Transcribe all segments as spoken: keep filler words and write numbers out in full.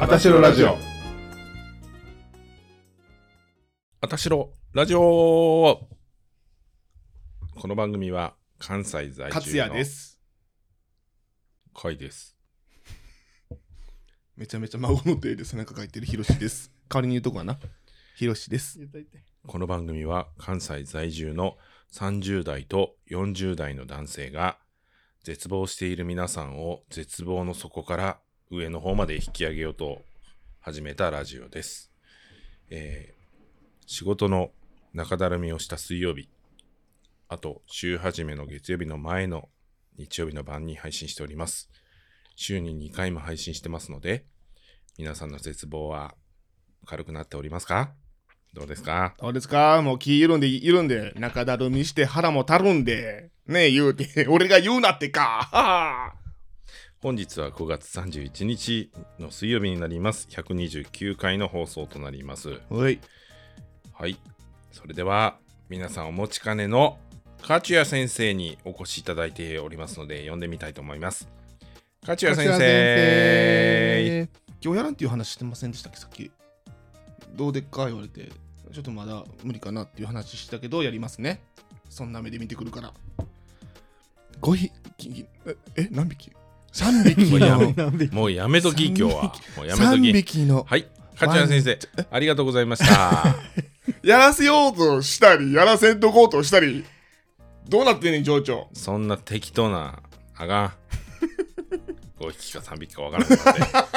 あたしろラジオ。 あたしろラジオ。この番組は関西在住の勝也です。 かいです。 めちゃめちゃ孫の手で背中描いてるひろしです。代わりに言うとこはな、ひろしです。 この番組は関西在住のさんじゅう代とよんじゅう代の男性が絶望している皆さんを絶望の底から上の方まで引き上げようと始めたラジオです。えー仕事の中だるみをした水曜日、あと週始めの月曜日の前の日曜日の晩に配信しております。週ににかいも配信してますので、皆さんの絶望は軽くなっておりますか？どうですか？ どうですか？もう気緩んで緩んで中だるみして腹もたるんでねえ言うて俺が言うなってか。 本日はごがつさんじゅういちにちの水曜日になります。ひゃくにじゅうきゅうかいの放送となります。 はい。 はい。それでは皆さんお持ちかねの勝也先生にお越しいただいておりますので呼んでみたいと思います。勝也先生。 今日やらんっていう話してませんでしたっけさっき。どうでっか言われてちょっとまだ無理かなっていう話したけどやりますね。そんな目で見てくるから。ごひきええ何匹？さんびきのもうやめとき今日は。もうやめとき。 さんびきのはい。勝也先生ありがとうございました。 やらせようとしたりやらせんとこうとしたりどうなってんねん情緒。 そんな適当なあがんごひきかさんびきかわからんので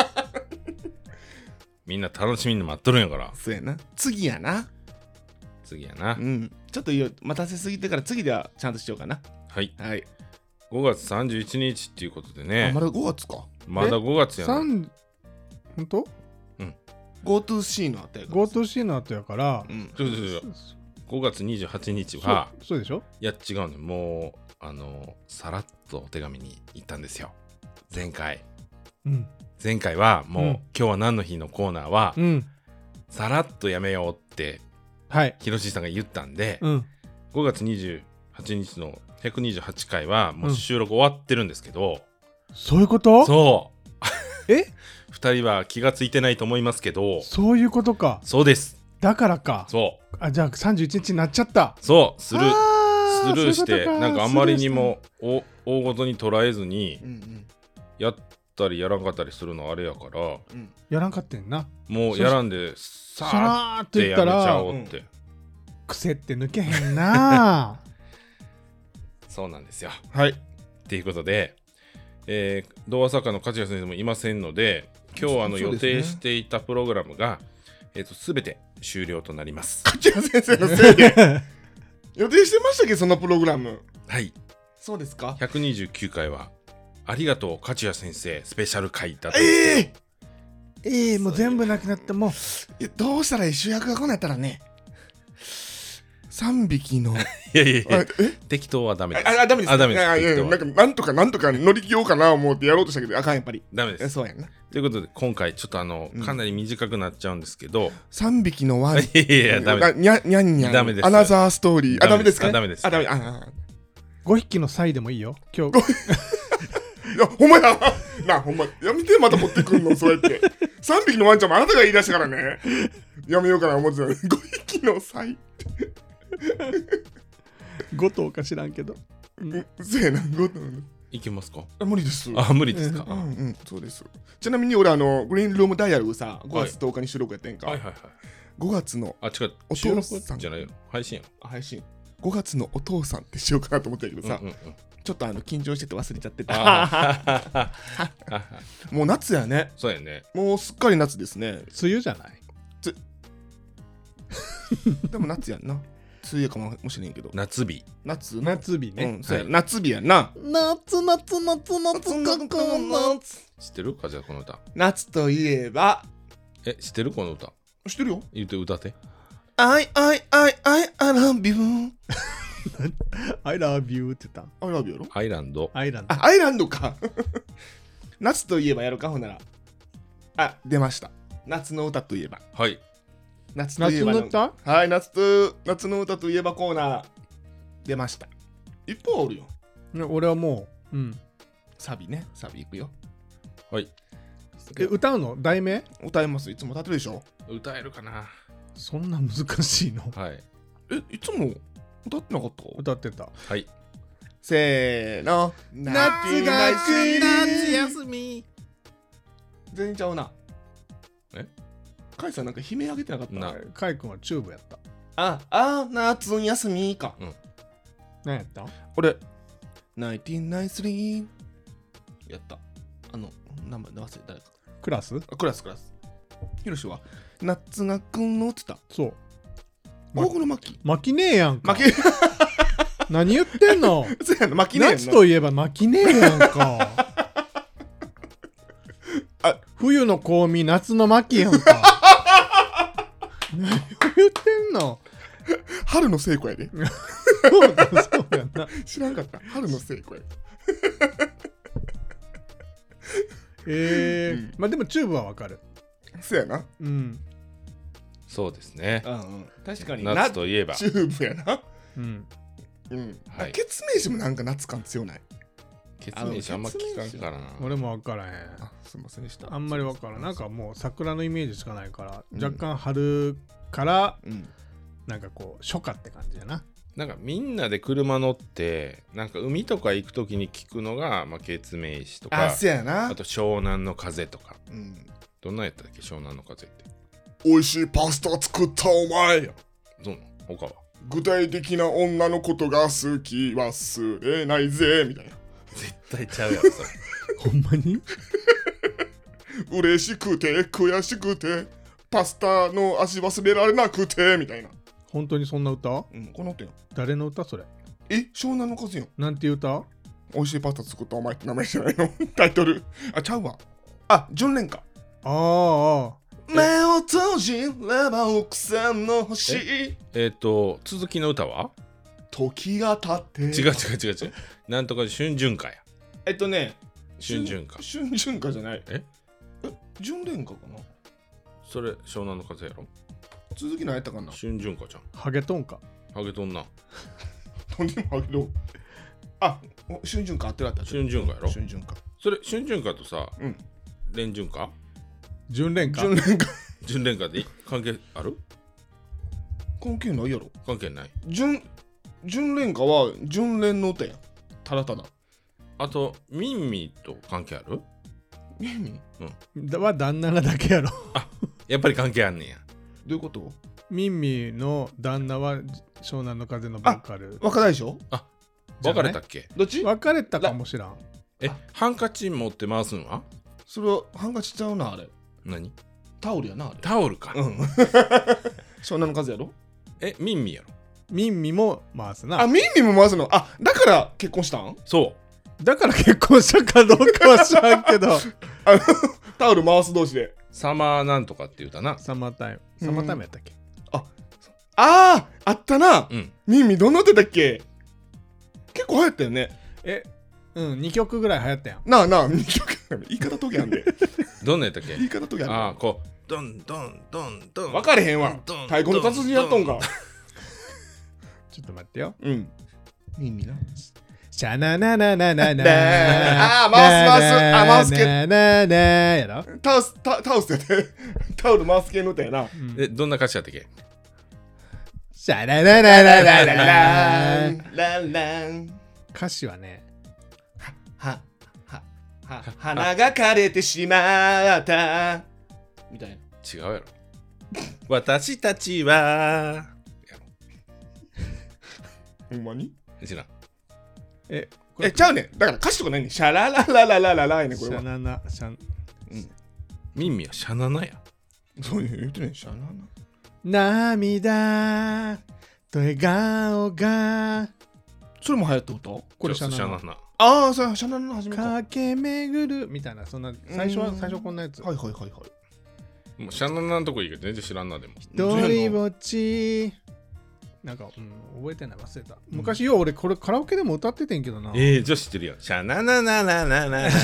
みんな楽しみに待っとるんやから。 そうやな。次やな。 次やな。 うんちょっと待たせすぎてから次ではちゃんとしようかな。はいはいごがつさんじゅういちにちっていうことでね。 あまだごがつか。 まだごがつやな。 ほんと？ うんゴートゥーシー の後やからゴートゥーシー の後やから、 うん、 そうそうそうごがつにじゅうはちにちはそ う, そうでしょ。 いや違うの。もうあのさらっとお手紙に行ったんですよ前回、 うん、 前回はもう、うん、今日は何の日のコーナーは、 うん、 さらっとやめようってはいひろしさんが言ったんで、 うん、 ごがつにじゅうはちにちのひゃくにじゅうはちかいはもう収録終わってるんですけど、 うん、そういうこと？ そうえふたりは気がついてないと思いますけど、 そういうことか。 そうです。 だからか。 そうあじゃあさんじゅういちにちになっちゃった。 そうスルースルーしてかなんかあんまりにもお大ごとに捉えずに、 うんうん、 やったりやらんかったりするのあれやから、 うん、やらんかってんな。 もうやらんでさーってやめちゃおうって、うん、 癖って抜けへんなそうなんですよ。 はいっていうことで、えー、童話作家の勝也先生もいませんので今日あの予定していたプログラムが、えー、と全て終了となります。 勝也先生のせいで予定してましたっけそのプログラム。 はい。 そうですか。 ひゃくにじゅうきゅうかいはありがとう勝也先生スペシャル回だったんですええー、えー、もう全部なくなってもうどうしたらいい。主役が来なやったらねさんびきのいやいやいや適当はダメです。 ああダメです。 あダメです。 いやいやなんかなんとかなんとか乗り切ようかな思ってやろうとしたけどあかんやっぱりダメです。 そうやんな。 ということで今回ちょっとあの、うん、かなり短くなっちゃうんですけどさんびきのワンいやいやダメです。 にゃにゃんにゃんダメです。 アナザーストーリーあダメですか。 あダメです。 あダメあごひきの際でもいいよ今日いやほんまやなほんまやめてまた持ってくんのそうやってさんびきのワンちゃんもあなたが言い出したからねやめようかな思ってたのにごひきの際ご頭か知らんけど、 うん、そうやなご頭いけますか。 あ無理です。 あ無理ですか、 うん、うんうんそうです。ちなみに俺あのグリーンルームダイヤルさごがつとおかに収録やってんか、 はいはいはいはい、 ごがつのあ違うお父さんじゃないよ配信やあ配信ごがつのお父さんってしようかなと思ったけどさ、うんうんうん、ちょっとあの緊張してて忘れちゃってたもう夏やね。 そうやね。 もうすっかり夏ですね。 梅雨じゃないつでも夏やんな。梅雨かもしれんけど夏日夏夏日ね、 うんそうや、はい、夏日やな。 夏夏夏夏夏夏知ってるかじゃあこの歌。 夏といえばえ知ってるこの歌。 知ってるよ。 言って歌って。 I I I I I love you I love you って言った。 I love you やろ。 アイランドアイランドあアイランドか夏といえばやろうかほんなら。あ出ました。夏の歌といえば。 はい夏といえば夏の歌。 はい夏と夏の歌といえばコーナー出ました。いっぱいおるよ。 俺はもううんサビねサビいくよ。 はいえ歌うの題名歌えます。いつも歌ってるでしょ。 歌えるかな。 そんな難しいの？ はい。 え、いつも歌ってなかった？ 歌ってた。 はい。 せーの。 夏が来る夏休み。 全然ちゃうな。 え？ カイさんなんか悲鳴上げてなかった？ なカイ君はチューブやった。 あ、あ、夏休みか。 何やった？ 俺、ナインティナインスリーやった。あの、名前忘れた誰か。 クラス？ あ、クラスクラス。ヒロシは、夏が来んのって言った。 そう。 大黒摩季。 巻きねえやんか。 負け、 何言ってんの？ そうやな、負けねえやんな。 夏といえば巻きねえやんか。 あ、 冬の香味、夏の巻きやんか。何を言ってんの？ 春の聖子やで。 そうだ、そうやな。 知らんかった。春の聖子や。 えー、 うんまあでもチューブはわかる。 そうやな。 うん。 そうですね。 うんうん。確かに夏といえば。 チューブやな。 うん。 うん。 はいケツメイシもなんか夏感強ない。 ケツメイシあんま聞かんからな。 俺もわからへん。 あ、すみませんでした。 あんまりわからん。なんかもう桜のイメージしかないから、 うん若干春からうん。 なんかこう初夏って感じやな。 なんかみんなで車乗ってなんか海とか行くときに聞くのが、まあ、ケツメイシとかあ、そうやな。 あと湘南の風とか。 うん。 どんなんやったっけ湘南の風って。 美味しいパスタ作ったお前や。 どうなの他は。 具体的な女のことが好き忘れないぜみたいな。 絶対ちゃうやろそれ。 ほんまに？ 嬉しくて悔しくてパスタの味忘れられなくてみたいな。 本当にそんな歌？ うん、この歌よ。 誰の歌それ？ え、湘南の風よ。 なんていう歌？ 美味しいパスタ作ったお前って名前じゃないの。タイトル。あ、ちゃうわ。あ、純恋歌。 あーあー。 目を閉じれば奥さんの星。 えっ、ー、と続きの歌は時が経って違う違う違う違う。なんとか春巡歌や。 えっとね春巡歌。 春巡歌じゃない。 ええ、純恋歌かな。 それ湘南の風やろ。 続き何やったかな。 春巡歌じゃん。 ハゲトンか。 ハゲとんな。 とんでもあげど。あ、春巡歌あってるあった。 春巡歌やろ。 春巡歌。 それ春巡歌とさ、 うん。 連巡歌純恋歌。 純恋歌。 純恋歌で関係ある？ 関係ないやろ。 関係ない。 純純恋歌は純恋の歌や。ただただ。 あとミンミと関係ある？ ミンだは旦那なだけやろ。 やっぱり関係あんねんや。 どういうこと？ ミンミの旦那は湘南の風のボーカル。 若大将？ 別れたっけ？ どっち？ 別れたかもしらん。 え、ハンカチ持って回すんは？ それはハンカチちゃうなあれ。 何？ タオルやなあれ。 タオルか。 うん。湘南の風やろ？ え、ミンミやろ。 ミンミも回すな。 あ、ミンミンも回すの。あ、だから結婚したん？ そだから結婚したかどうかは知らんけど。 あのタオル回す同士で。 う。サマーなんとかって言うたな。 サマータイム。サマータイムやったっけ？ ああ、あったな。 うん。 ミンミンどんな歌だっけ？結構流行ったよね。 え、うん、にきょくぐらい流行ったやん。 なあなあ、にきょく言い方ときあんで。 どんなやったっけ？ 言い方ときあんで。 ああ、こう、ドンドンドンドン。 分かれへんわ。 ドン太鼓の達人やっとんか。 ちょっと待ってよ。 うん。ミンミンな。 シャナナナナナナあー回す回すあ回すけナナナやろ。 タオス、タタオスやって。タオル回す系の歌やな。 え、どんな歌詞やったっけ？ シャナナナナナラナランランラン。 歌詞はね、 は、は、は、花が枯れてしまったみたいな。 違うやろ。私たちはやほんまに？ ろ。知らん。 え、 え、ちゃうねん。だから歌詞とかないねん。シャラララララララやねん、こシャれは。 ナナ、シャン、 ミンミはシャナナや。 そういう言ってねん、シャララ。 涙と笑顔がそれも流行った歌？ これシャナナ。 シャナナああ、それシャララの初めか。はい駆け巡るみたいな、そんな最初はうん最初こんなやつ。 はいはいはい。 もうシャナナのとこいいけど全然知らんなでも。 一人ぼっちなんか、うん、覚えてない忘れた。昔よう俺これカラオケでも歌っててんけどな。 ええー、じゃあ知ってるやん。シャナナナナナナナ。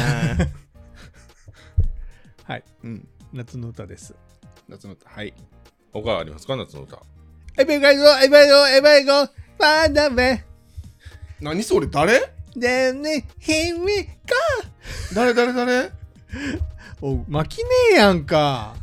はい、 うん。 夏の歌です。 夏の歌。はい。 他ありますか夏の歌？ エベガイゴエベゴエベゴパダメ何それ誰？ でね、Here we go 誰誰誰？ おう巻きねえやんか。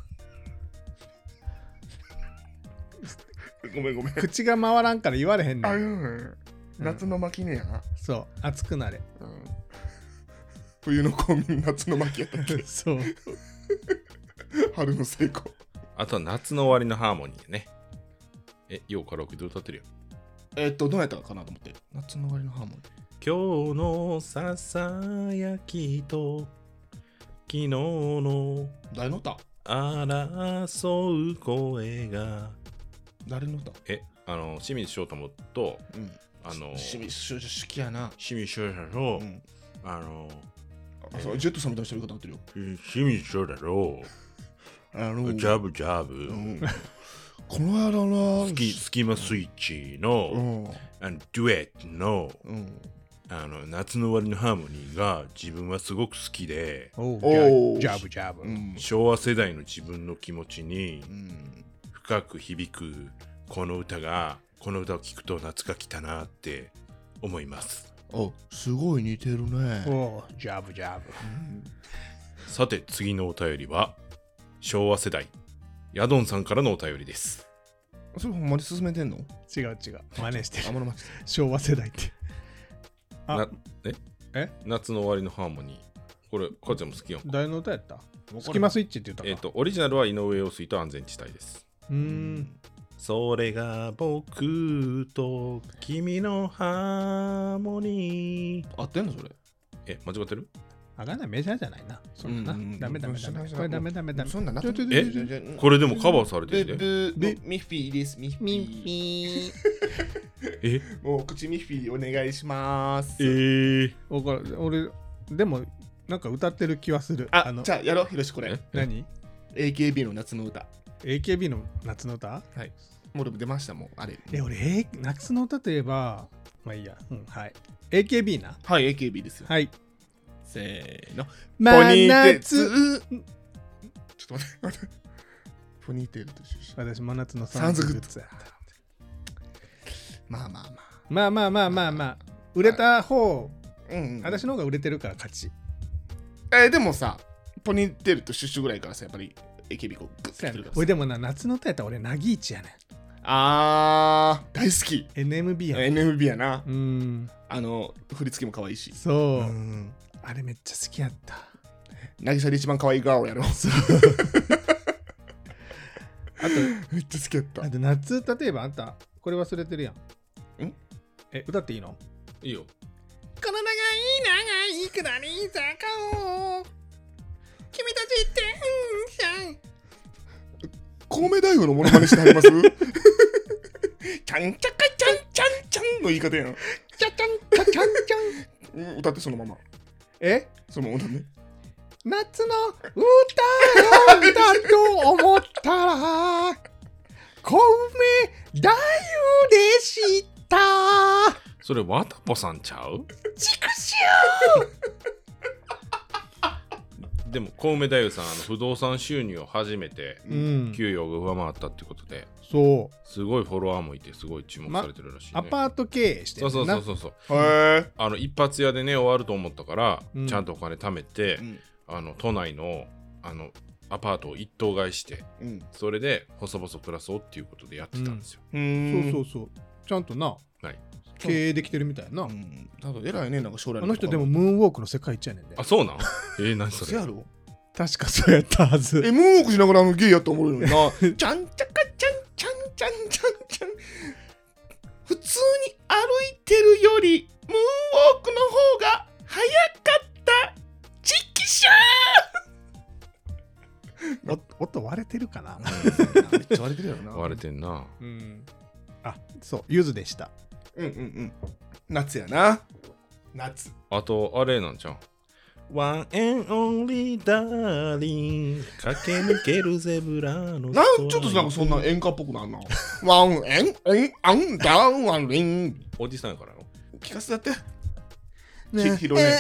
ごめんごめん。 口が回らんから言われへんねあ、 ん。 うん。夏の巻きねやな。 そう熱くなれ。 うん。冬の公民夏の巻きやったっけ。 そう春の成功。 あとは夏の終わりのハーモニーね。え、ようカラオケで歌ってるよ。 えっとどうやったかなと思って。夏の終わりのハーモニー。 今日のささやきと昨日の誰の歌？ 争う声が。 誰の歌？ え、あの清水翔太もと、 うん。 あの清水少女好きやな。 清水翔太と、 うん。 あのあ、そうジェットさんみたいな喋り方になってるよ。 清水翔太とあのジャブジャブ、 うん、この間なスキスキマスイッチの、 うん、 あのデュエットの、 うん、 あの夏の終わりのハーモニーが自分はすごく好きで、 おうおうジャブジャブ、 うん、 昭和世代の自分の気持ちにうん深く響くこの歌がこの歌を聴くと夏が来たなって思います。 あ、すごい似てるね。 おうジャブジャブ、 さて次のお便りは昭和世代ヤドンさんからのお便りです。 それほんまに進めてんの？ 違う違う真似してる天の町昭和世代ってあなええ夏の終わりのハーモニー、これ母ちゃんも好きやんか。 誰の歌やった？スキマスイッチって言ったか。 えっ、とオリジナルは井上陽水と安全地帯です。 うーんそれが僕と君のハーモニー。 合ってんのそれ？ え、間違ってる？ あがんないメジャーじゃないな。そんなな。 うんうんうんダメダメダメ。 うんこれダメダメダメ。 そんななちょちょちょえちょちょこれでもカバーされてるで。 ブブミッフィーです。ミッフィミー。 ミえもう口ミッフィーお願いします。 えー、 ー。わかる。俺でもなんか歌ってる気はする。 あ、 のじゃあやろう、ひろしこれ。 え何エーケービー の夏の歌。 エーケービー の夏の歌？ はい。もうでも出ましたもん、あれ。 え、俺、えー夏の歌といえば、まあいいや。うん、はい。エーケービー な。 はい、エーケービー ですよ。 はい。 せーの。 真夏。 ちょっと待って待って。ポニーテールと出身。 私、真夏のサンズグッズやった。 まあまあまあ。 まあまあまあまあまあ。売れた方、 うん、うん。 私の方が売れてるから勝ち。 えーでもさ、ポニーテールとシュッシュぐらいからさ、やっぱり エーケービー こうグッと来てるからさ。 俺でもな、夏の歌やったら俺、ナギーチやねん。 あー、大好き。 エヌエムビーやねん。 エヌエムビー やな。 うーん。 あの、振り付けも可愛いし。 そう。 ん。 あれめっちゃ好きやった。 渚で一番可愛いガールやろ。 そう。あと、 めっちゃ好きやったあ。と夏、例えばあんた、これ忘れてるやん。 んえ、歌っていいの？ いいよ。 この長い長い下り坂を君たちってうんコウメ太夫のモノマネしてはりますちゃんちゃかちゃんちゃんちゃんの言い方やん。 ちゃちゃんちゃちゃんちゃんうん歌ってそのまま。 えそのまま歌ね。 夏の歌を歌と思ったらコウメ太夫でしたそれワタポさんちゃう？ ちくしでもコウメ太夫さん、あの不動産収入を初めてょううん給与が上回ったってことで、 そうすごいフォロワーもいてすごい注目されてるらしいね。 アパート経営してそうるなそうそうそうそう。 へえ。 あの一発屋でね終わると思ったから、 うんちゃんとお金貯めて、 うん。 あの都内のあのアパートを一棟買いして、 うん。 それで細々暮らそうっていうことでやってたんですよ。 うーん。 そうそうそうちゃんとなはい。 経営できてるみたいな、 うん。なんか偉いね、なんか将来あの人でもムーンウォークの世界一やねんであ、そうなん？えー、何それそや？ろ確かそうやったはずえ、ムーンウォークしながらあのゲイやと思うのにな。ちゃんちゃかちゃんちゃんちゃんちゃんちゃん。普通に歩いてるより、ムーンウォークの方が早かった。チキシお音割れてるかなャーめっちゃ割れてるやろな。 割れてんな。 うんあそうゆずでしたうんうんうん。夏やな。夏。 あとあれなんちゃう？ワンエンオンリーダーリン駆け抜けるゼブラのなんちょっとなんかそんな演歌っぽくなんな。ワンエンオンアンダウンワンリン。 おじさんやからの。 聞かせてやって。き広ね。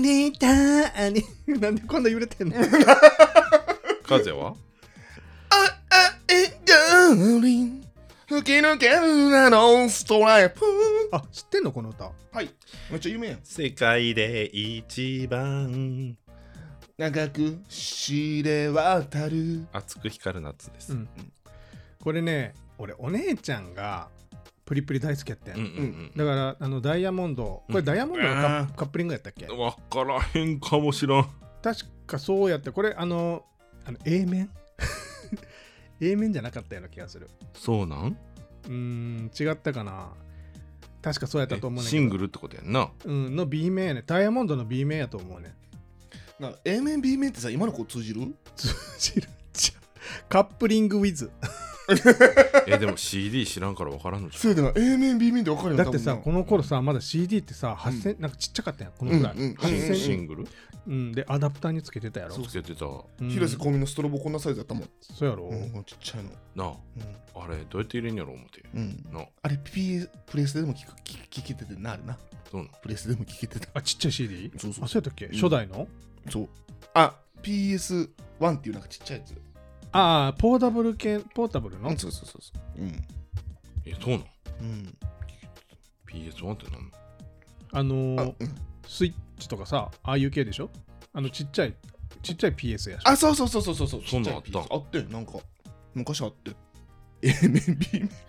なんでこんな揺れてんの風は？ あ、あ、え、ダーリン。吹き抜けるなのストライプ。 あ知ってんのこの歌はい。めっちゃ有名やん。 世界で一番長く知れ渡る。 熱く光る夏です。 うん、これね俺お姉ちゃんがプリプリ大好きやったやん、 うんうんうん、 だからあのダイヤモンドこれダイヤモンドのカッ,、カップリングやったっけ？ 分からへんかもしらん。 確かそうやってこれあのあの A 面A 面じゃなかったような気がする。 そうなん？ うーん違ったかな。確かそうやったと思うねんけど。 シングルってことやんな。 うんの B 面やね。ダイヤモンドの B 面やと思うね。 な A 面 B 面ってさ今の子通じる？ 通じるじゃカップリングウィズえでも シーディー 知らんから分からんのじゃん。 そうだな A 面 B 面って分かるよ。 だってさこの頃さまだ シーディー ってさはっせん、うん、なんかちっちゃかったやんこのくらい、 うんうん、 はっせんシングル、 うん、でアダプターにつけてたやろ。 つけてた、 うん、 広瀬香美のストロボこんなサイズだったもん。 そうやろ、 うん、ちっちゃいのなあ、うん、あれどうやって入れんやろ思って、 うん、 なああれ P プレスでも聞く聞聞けててなあれな。 そうなプレスでも聞けてた。 あちっちゃい シーディー？ そうそうあそうやったっけ、 うん、 初代のそうあ ピーエスワン っていうなんかちっちゃいやつ。 ああポータブル系ポータブルの、 うん、そうそうそうそううんえそうなん、 うん、 ピーエスワン ってなんの？ あのーあ、うん、 スイッチとかさああいう系でしょ。あのちっちゃいちっちゃい ピーエス やし。 あそうそうそうそうそうそうそんなんあった。 あってなんか昔あって A 面 B 面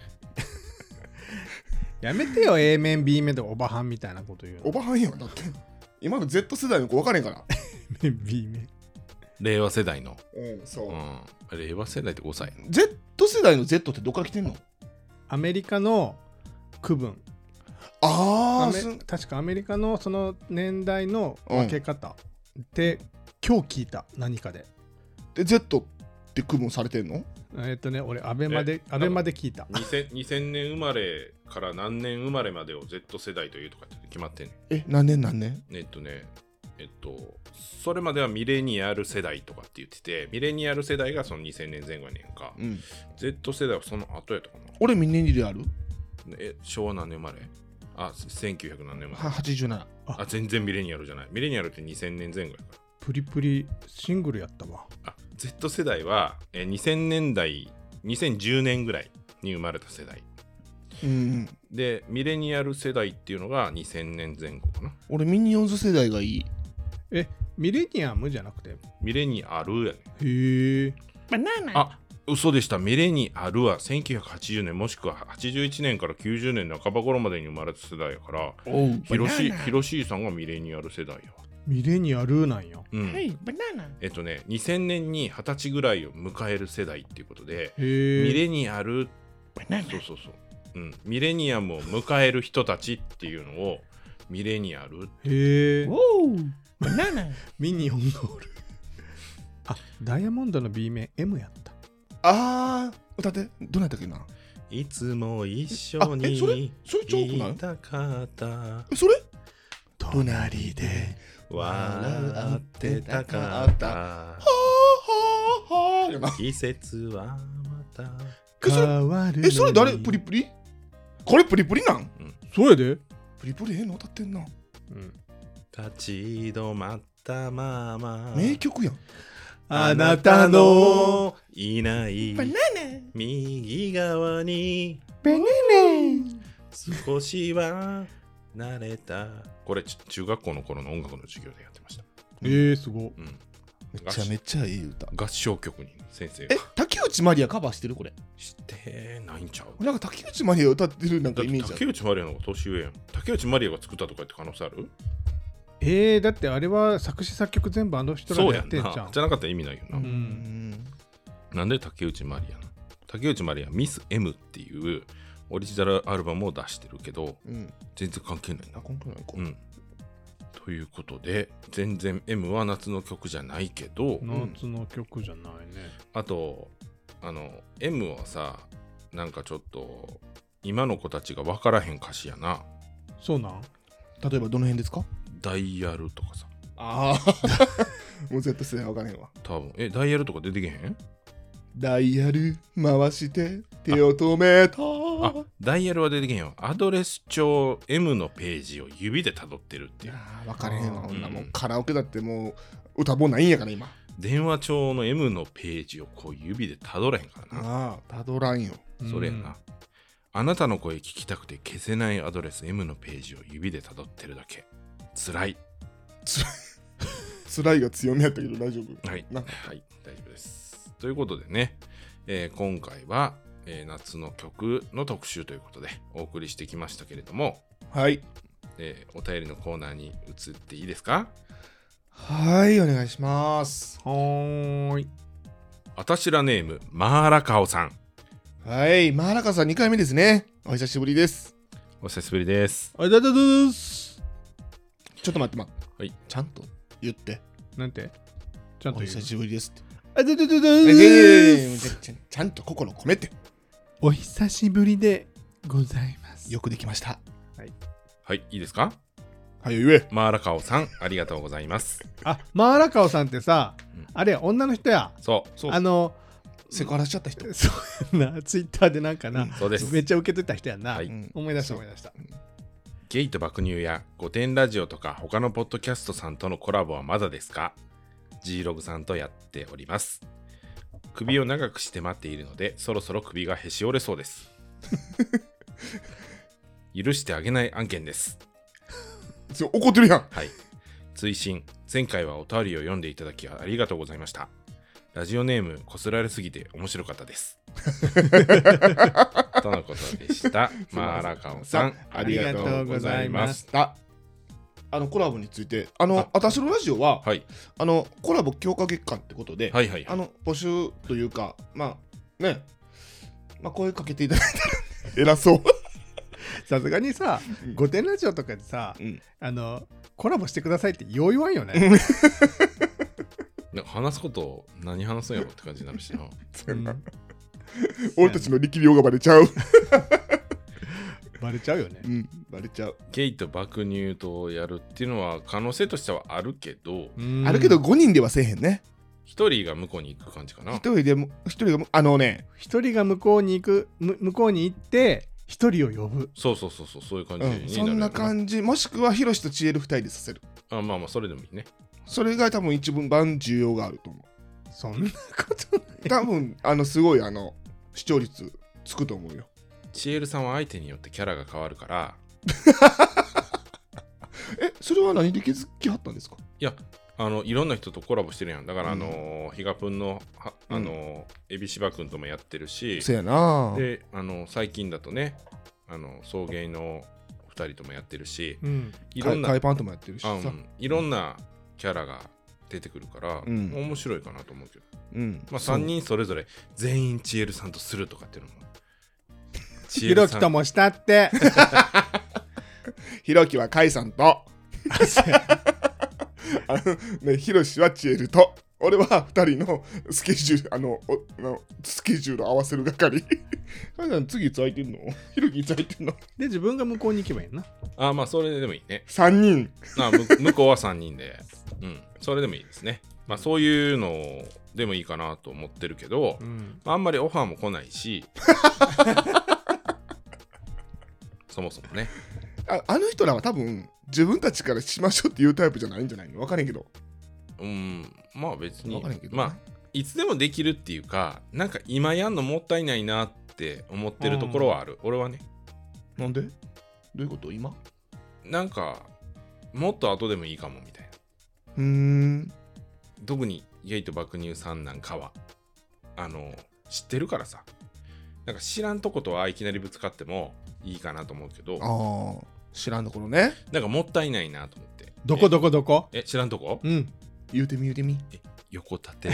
やめてよ A 面 B 面でおばはんみたいなこと言うの。 おばはんやんだって今の Z 世代の子分かれんから。 A 面 B 面令和世代の、 うんそう、 うん、令和世代ってごさい。 Z 世代の Z ってどっから来てんの？ アメリカの区分。 ああ確かアメリカのその年代の分け方、うん、で今日聞いた何かでで Z って区分されてんの？ えっとね俺アベマでアベマで聞いた。 にせん, にせんねん生まれから何年生まれまでを Z 世代というとかって決まってんねん。 え何年何年？ えっとねえっとそれまではミレニアル世代とかって言ってて、ミレニアル世代がそのにせんねんぜん後やねんか、うん、Z 世代はその後やったかな。 俺ミレニアル？ え昭和何年生まれ？あせんきゅうひゃく何年生まれ？ はちじゅうなな。 ああ全然ミレニアルじゃない。ミレニアルってにせんねんぜん後やから。 プリプリシングルやったわ。 あ Z 世代はえにせんねんだいにせんじゅうねんぐらいに生まれた世代、うん、でミレニアル世代っていうのがにせんねんぜん後かな。 俺ミニオンズ世代がいい。 えミレニアムじゃなくてミレニアルやね。 へえ。 あ嘘でした。ミレニアルはせんきゅうひゃくはちじゅうねんもしくははちじゅういちねんからきゅうじゅうねん半ば頃までに生まれた世代やから、ヒロシヒロシーさんがミレニアル世代やわ。 ミレニアルなんや、 うん、はいバナナ。えっとねにせんねんにはたちぐらいを迎える世代っていうことでミレニアルバナナそうそうそう、うん、ミレニアムを迎える人たちっていうのをミレニアル。 へえバナナミニオンがおるあダイヤモンドの B 面 M やった。 あー歌ってどうなったっけな。 いつも一緒にえそれそれちょうくない？ いたかったえそれ隣で笑ってたかったはあはあ季節はまた変わる。 えそれ誰？プリプリ？これプリプリなん？うん、 そうやで。 プリプリええの歌ってんな、 うん、立ち止まったまま名曲やん。 あなたのいない右側にベネネ少しは慣れた。これ中学校の頃の音楽の授業でやってました。 えー、すごい、うん、 めちゃめちゃいい歌。 合唱曲に先生が。 え竹内まりやカバーしてるこれ？ してないんちゃう？ なんか竹内まりや歌ってるなんかイメージある。 竹内まりやの方が年上やん。竹内まりやが作ったとかって可能性ある？ えー、だってあれは作詞作曲全部あの人らがやってんじゃん。 そうやんな。じゃなかったら意味ないよな。うん、なんで竹内まりやな。竹内まりやミス M っていうオリジナルアルバムを出してるけど、うん、全然関係ないな。 関係ないか。 うん。ということで全然 M は夏の曲じゃないけど、 夏の曲じゃないね。 あとあの M はさなんかちょっと今の子たちが分からへん歌詞やな。 そうなん？ 例えばどの辺ですか？ ダイヤルとかさ。 ああもう Z 世代分からへんわ。 多分えダイヤルとか出てけへん？ダイヤル回して手を止めた。 あダイヤルは出てけへんよ。アドレス帳 M のページを指で辿ってるっていう。 あ分からへんわ。こんなもんカラオケだってもう歌もないんやから今。 電話帳の M のページをこう指で辿らへんからな。 ああ辿らんよ。 それやな。あなたの声聞きたくて消せないアドレス M のページを指で辿ってるだけ。つらい。 つらい。 辛いが強めやったけど大丈夫？ はい、 なんかはい、大丈夫です。ということでね、えー今回は、えー夏の曲の特集ということでお送りしてきましたけれども、 はいえーお便りのコーナーに移っていいですか？ はいお願いします。 はーい。 あたしらネームマーラカオさん、 はいマーラカさんにかいめですね。お久しぶりです。 お久しぶりです。 ありがとうございます。 ちょっと待ってまはい、 ちゃんと言ってなんてちゃんおと言う久しぶりですって。 ありがとうございえます。 えちゃちゃちゃんと心込めて。 お久しぶりでございます。 よくできました。 はい、いいですか？ はい言え。 マーラカオさん、ありがとうございます。 あ、マーラカオさんってさ、 うんあれや女の人や。 そうそうあのセクハラしちゃった人。 そうやな、ツイッターでなんかな、 うんそうです。 めっちゃ受けてた人やんな。 はいうん思い出したそう思い出した。 ゲイと爆乳や御殿ラジオとか他のポッドキャストさんとのコラボはまだですか？ G ログさんとやっております。首を長くして待っているのでそろそろ首がへし折れそうです。許してあげない案件です。 そう怒ってるやん。 はい。追伸、前回はお便りを読んでいただきありがとうございました。ラジオネームこすられすぎて面白かったです。とのことでした。マーラカオさん、ありがとうございます。 ああのコラボについてあのあたしのラジオは、 はい、 あのコラボ強化月間ってことで、 はいはいはい。 あの募集というかまあねまあ声かけていただいたら偉そう。 さすがにさ、 うん御殿ラジオとかでさ、 うんあのコラボしてくださいってよう言わんよね。 なんか話すこと何話すんやろって感じになるしな。 そうやなうん俺たちの力量がバレちゃう。 バレちゃうよねう。んバレちゃう。 ゲイと爆乳とやるっていうのは可能性としてはあるけど、 うんあるけどごにんではせえへんね。 一人が向こうに行く感じかな。 一人でも一人があのね一人が向こうに行くむ向こうに行って一人を呼ぶ。 そうそうそうそう、そういう感じになるうん、そんなじ。 感じもしくはヒロシとチエルふたりでさせる。 あ、まあまあ、それでもいいね。 それが多分一番重要があると思そんなことう。多分あのすごいあの視聴率つくと思うよ。 チエルさんは相手によってキャラが変わるから、 えそれは何で気づきはったんですか？ いや、あのいろんな人とコラボしてるやん。だから、 うんあのヒガプンのはあの、エビシバくんともやってるし、 そやな。 で、あの最近だとね、あの送迎のふたりともやってるし、 うん。 いろんな海パンともやってるしさ。 あうんいろんなキャラが出てくるから、 うん面白いかなと思うけど、 うん。 まあ、さんにんそれぞれ全員チエルさんとするとかっていうのもチひろきともしたって。 ひろきはカイさんと、あのね、ひろしはチエルと、俺はふたりのスケジュール、あの、おあのスケジュール合わせる係。カイさん次いつ空いてんの？ひろきいつ空いてんの？ で自分が向こうに行けばいいな。 あまあそれでもいいね。 さんにん。 あむ向こうはさんにんで、うん、それでもいいですね。まあそういうのでもいいかなと思ってるけど、 うん。 まあ、あんまりオファーも来ないしそもそもね。 ああの人らは多分自分たちからしましょうっていうタイプじゃないんじゃないの？分からへんけど。 うんまあ別に分からへんけど、 まあいつでもできるっていうか、なんか今やんのもったいないなって思ってるところはある、俺はね。 なんで？どういうこと今？ なんかもっと後でもいいかもみたいな。 うーん。 特にゲイと爆乳さんなんかはあの知ってるからさ、なんか知らんとことはいきなりぶつかってもいいかなと思うけど、 ああ、知らんところね。 なんかもったいないなと思って。 どこどこどこ？ ええ知らんとこ？ うん。 言うてみ言うてみ。 横立てい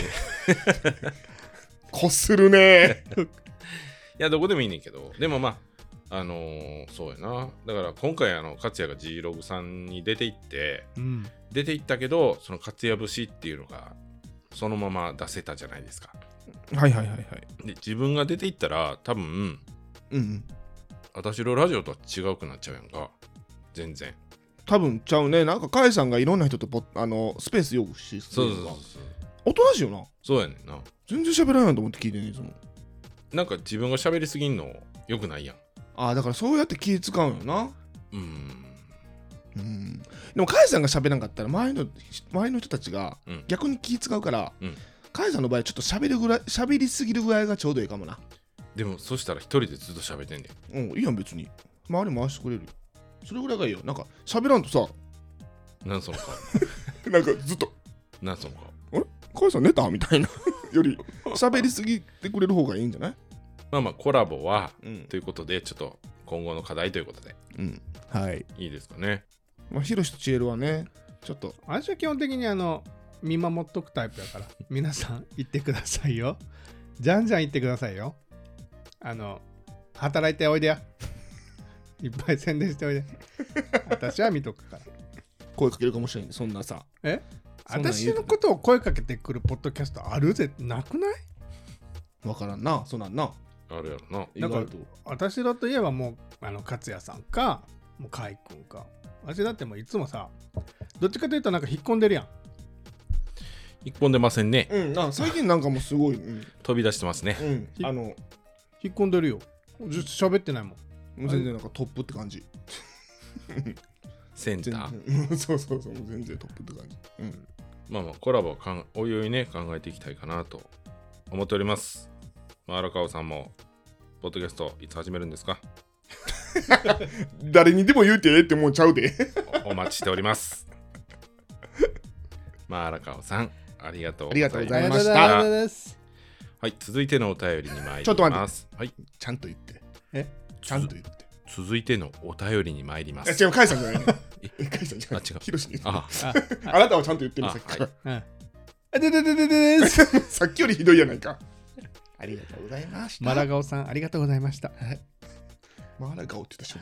こするね。 やどこでもいいねんけど、でもまああのーそうやな。だから今回あの勝也が G ログさんに出て行ってうん。 出て行ったけど、その勝也節っていうのがそのまま出せたじゃないですか。 はいはいはいはい。 で自分が出て行ったら多分うんうん。 私のラジオとは違うくなっちゃうやんか。全然。 多分ちゃうね。なんかカイさんがいろんな人とポあのスペース用意しそうそうそうそう。 おとなしいよな。 そうやねんな。 全然喋らないと思って聞いてんねんいつも。 なんか自分が喋りすぎんのよくないやん。 ああだからそうやって気使うんよな。 うん。 うん。でもカイさんが喋らんかったら周りの周りの人たちがうん逆に気使うから、 うんカイさんの場合ちょっと喋るぐらい喋りすぎるぐらいがちょうどいいかもな。 でもそしたら一人でずっと喋ってんねん。 うんいいやん別に。周り回してくれるよ。それぐらいがいいよ。なんか喋らんとさ、 なんその顔。 なんかずっとなんそのかあれカイさん寝たみたいなより喋りすぎてくれる方がいいんじゃない？ まあまあコラボは、 うん、 ということでちょっと今後の課題ということで、 うん、はいいいですかね。 まあヒロシとチエルはねちょっと私は基本的にあの見守っとくタイプだから皆さん行ってくださいよ。じゃんじゃん行ってくださいよ。あの働いておいでやいっぱい宣伝しておいで私は見とくから。 声かけるかもしれない。そんなさえそんなん言う私のことを声かけてくるポッドキャストあるぜなくない？ わからんな。そんなんなあるやろな。 意外と私だといえばもうあの勝也さんかもうカイ君か。私だってもういつもさどっちかというとなんか引っ込んでるやん。 引っ込んでませんね。 うんあ最近なんかもうすごい、うん、 飛び出してますね。 うんあの引っ込んでるよ。ずっと喋ってないもん。 もう全然なんかトップって感じ。 センタ全ー。 然そうそうそうもう全然トップって感じ。うんまあまあコラボをかんおいおいね考えていきたいかなと思っております。まあ、荒川さんもポッドキャストいつ始めるんですか？ 誰にでも言うてええってもうちゃうで。 お, お待ちしております。まあ荒川さんありがとうごありがとうございましたありがとうございます。 はい、続いてのお便りに参ります。 ちょっと待ってはい、 ちゃんと言って。 えちゃんと言って。 続いてのお便りに参りまえす。 違うカイさんじゃないね。えカイさんじゃない。 あ違うヒロシに。 あああなたはちゃんと言ってるあさっきから。 うんあででででででさっきよりひどいやないか。ありがとうございました。 マラガオさんありがとうございました。 マラガオって言った瞬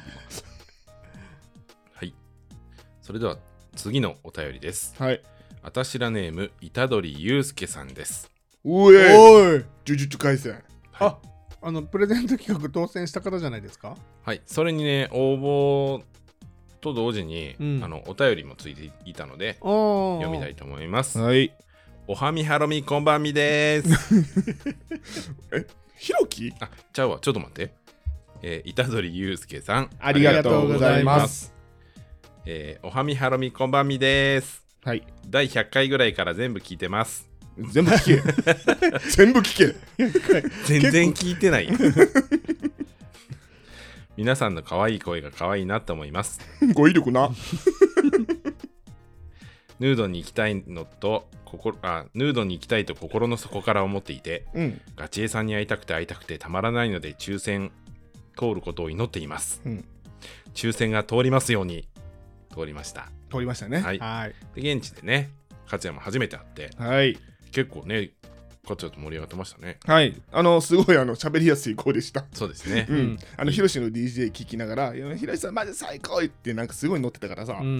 はい、それでは次のお便りです。 間。はい。 あたしらネーム虎杖祐介さんです。 うえおい呪術廻戦。 ああのプレゼント企画当選した方じゃないですか？ はい、それにね応募と同時に、 うんあのお便りもついていたのでお読みたいと思います。 はい。 おはみはろみこんばんみでーす。 ひろきあ、ちゃうわ、ちょっと待って。えー、虎杖祐介さん、 ありがとうございます。 えー、おはみはろみこんばんみでーす。 はい。 だいひゃっかいぐらいから全部聞いてます。 全部聞け。全部聞け。 全然聞いてない。皆さんの可愛い声が可愛いなと思います。 語彙力な。 ヌードに行きたいのと心あヌードに行きたいと心の底から思っていて、 うん。 ガチエさんに会いたくて会いたくてたまらないので抽選通ることを祈っています。 うん。 抽選が通りますように。通りました。 通りましたね。 はい。 はいで現地でね、勝也も初めて会って、 はい。 結構ね、勝也と盛り上がってましたね。 はい。あの、すごいあの喋りやすい子でした。 そうですね。 ううんん。 あの、ヒロシの ディージェー 聞きながら、いやヒロシさんマジ最高ってなんかすごい乗ってたからさ、 うん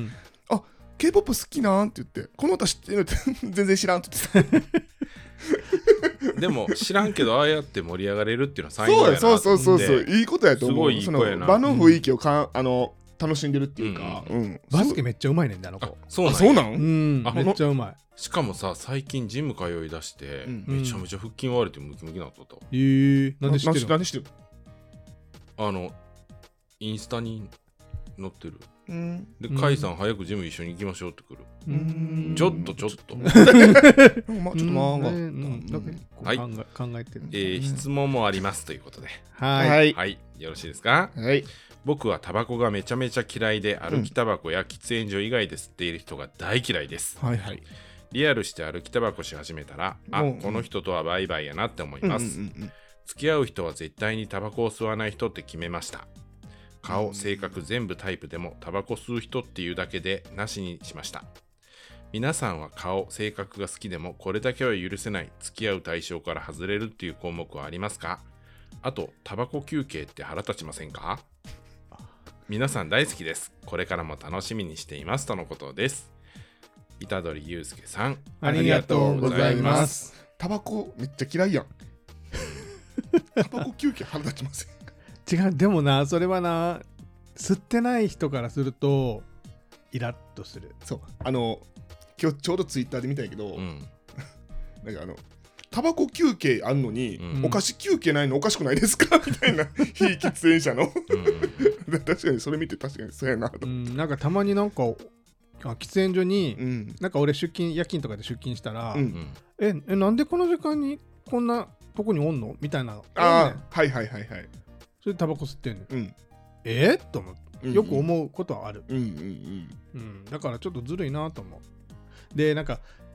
K-ポップ 好きなんって言って、この歌知ってるって全然知らんって言ってた。 でも知らんけど、ああやって盛り上がれるっていうのは才能そうややなと思って。 そうそうそうそういいことやと思う。 すごいいい子やなその場の雰囲気をか、あの楽しんでるっていうか、 ううんバスケめっちゃうまいねんだあのあ子。 そうなんやあそうなん、 うんあめっちゃうまい。 しかもさ、最近ジム通い出して、 うんめちゃめちゃ腹筋割れてムキムキになっとったわ。 えー、なんで知ってるの？ 何してるあの、インスタに載ってる。 うんで、 うんカイさん早くジム一緒に行きましょうってくる。 うーんちょっとちょっと。 まあちょっと漫画、 うんうんだけこうはい考え考えてる。 えー質問もありますということで。 はい。 はいはい、よろしいですか？ はい僕はタバコがめちゃめちゃ嫌いで、歩きタバコや喫煙所以外で吸っている人が大嫌いです。 はいはいリアルして歩きタバコし始めたら、あ、 うんこの人とはバイバイやなって思います。 うんうんうん付き合う人は絶対にタバコを吸わない人って決めました。顔、性格全部タイプでもタバコ吸う人っていうだけでなしにしました。皆さんは顔、性格が好きでもこれだけは許せない、付き合う対象から外れるっていう項目はありますか？あと、タバコ休憩って腹立ちませんか？皆さん大好きです。これからも楽しみにしていますとのことです。虎杖祐介さん、 ありがとうございます。 タバコめっちゃ嫌いやん。タバコ休憩腹立ちません。 違うでもなそれはな吸ってない人からするとイラッとする。 そうあの今日ちょうどツイッターで見たんやけど、 うん、 なんかあのタバコ休憩あんのに、 うんお菓子休憩ないのおかしくないですかみたいな非喫煙者のうん、 確かにそれ見て確かにそうやなと、 うんなんかたまになんかあ喫煙所に、 うんなんか俺出勤夜勤とかで出勤したら、 うんうんええなんでこの時間にこんなとこにおんのみたいな。 ああ、 おんねんはいはいはいはい、 それでタバコ吸ってんの。 うん、 えー、と思ってよくう、 思うことはある、 うんうんうんうんだからちょっとずるいなと思う。でなんか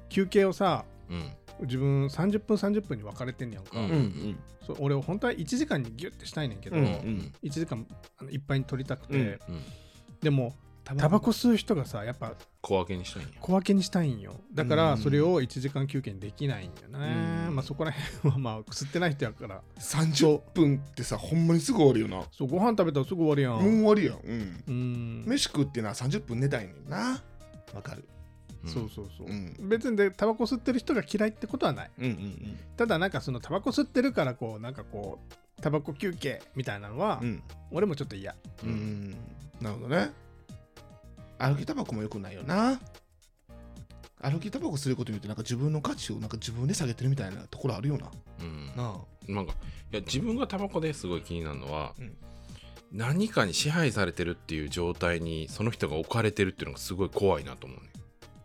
休憩をさうん自分さんじゅっぷんさんじゅっぷんに分かれてんやんか、 うんうんうんそう俺本当はいちじかんにギュッてしたいねんけど、 うんうんいちじかんあのいっぱいに取りたくて、 うんうんでもタバコ吸う人がさやっぱ小分けにしたいんや。 小分けにしたいんよ。だかうんらそれをいちじかん休憩にできないんよね、 うんまあそこら辺はまあ吸ってない人やからさんじゅっぷんってさほんまにすぐ終わるよな。 そうご飯食べたらすぐ終わるやん。 もう終わりやん。うんうん飯食ってなさんじゅっぷん寝たいねんな。わかる。 うんそうそうそう、 うん別にでタバコ吸ってる人が嫌いってことはない。 うんうんただなんかそのタバコ吸ってるからこうなんかこうタバコ休憩みたいなのは、 うん俺もちょっと嫌。 うんうんなるほどね。歩きタバコもよくないよな。歩きタバコすることによってなんか自分の価値をなんか自分で下げてるみたいなところあるよな。 うんなあ。 なんかいや自分がタバコですごい気になるのは、 うん何かに支配されてるっていう状態にその人が置かれてるっていうのがすごい怖いなと思うね。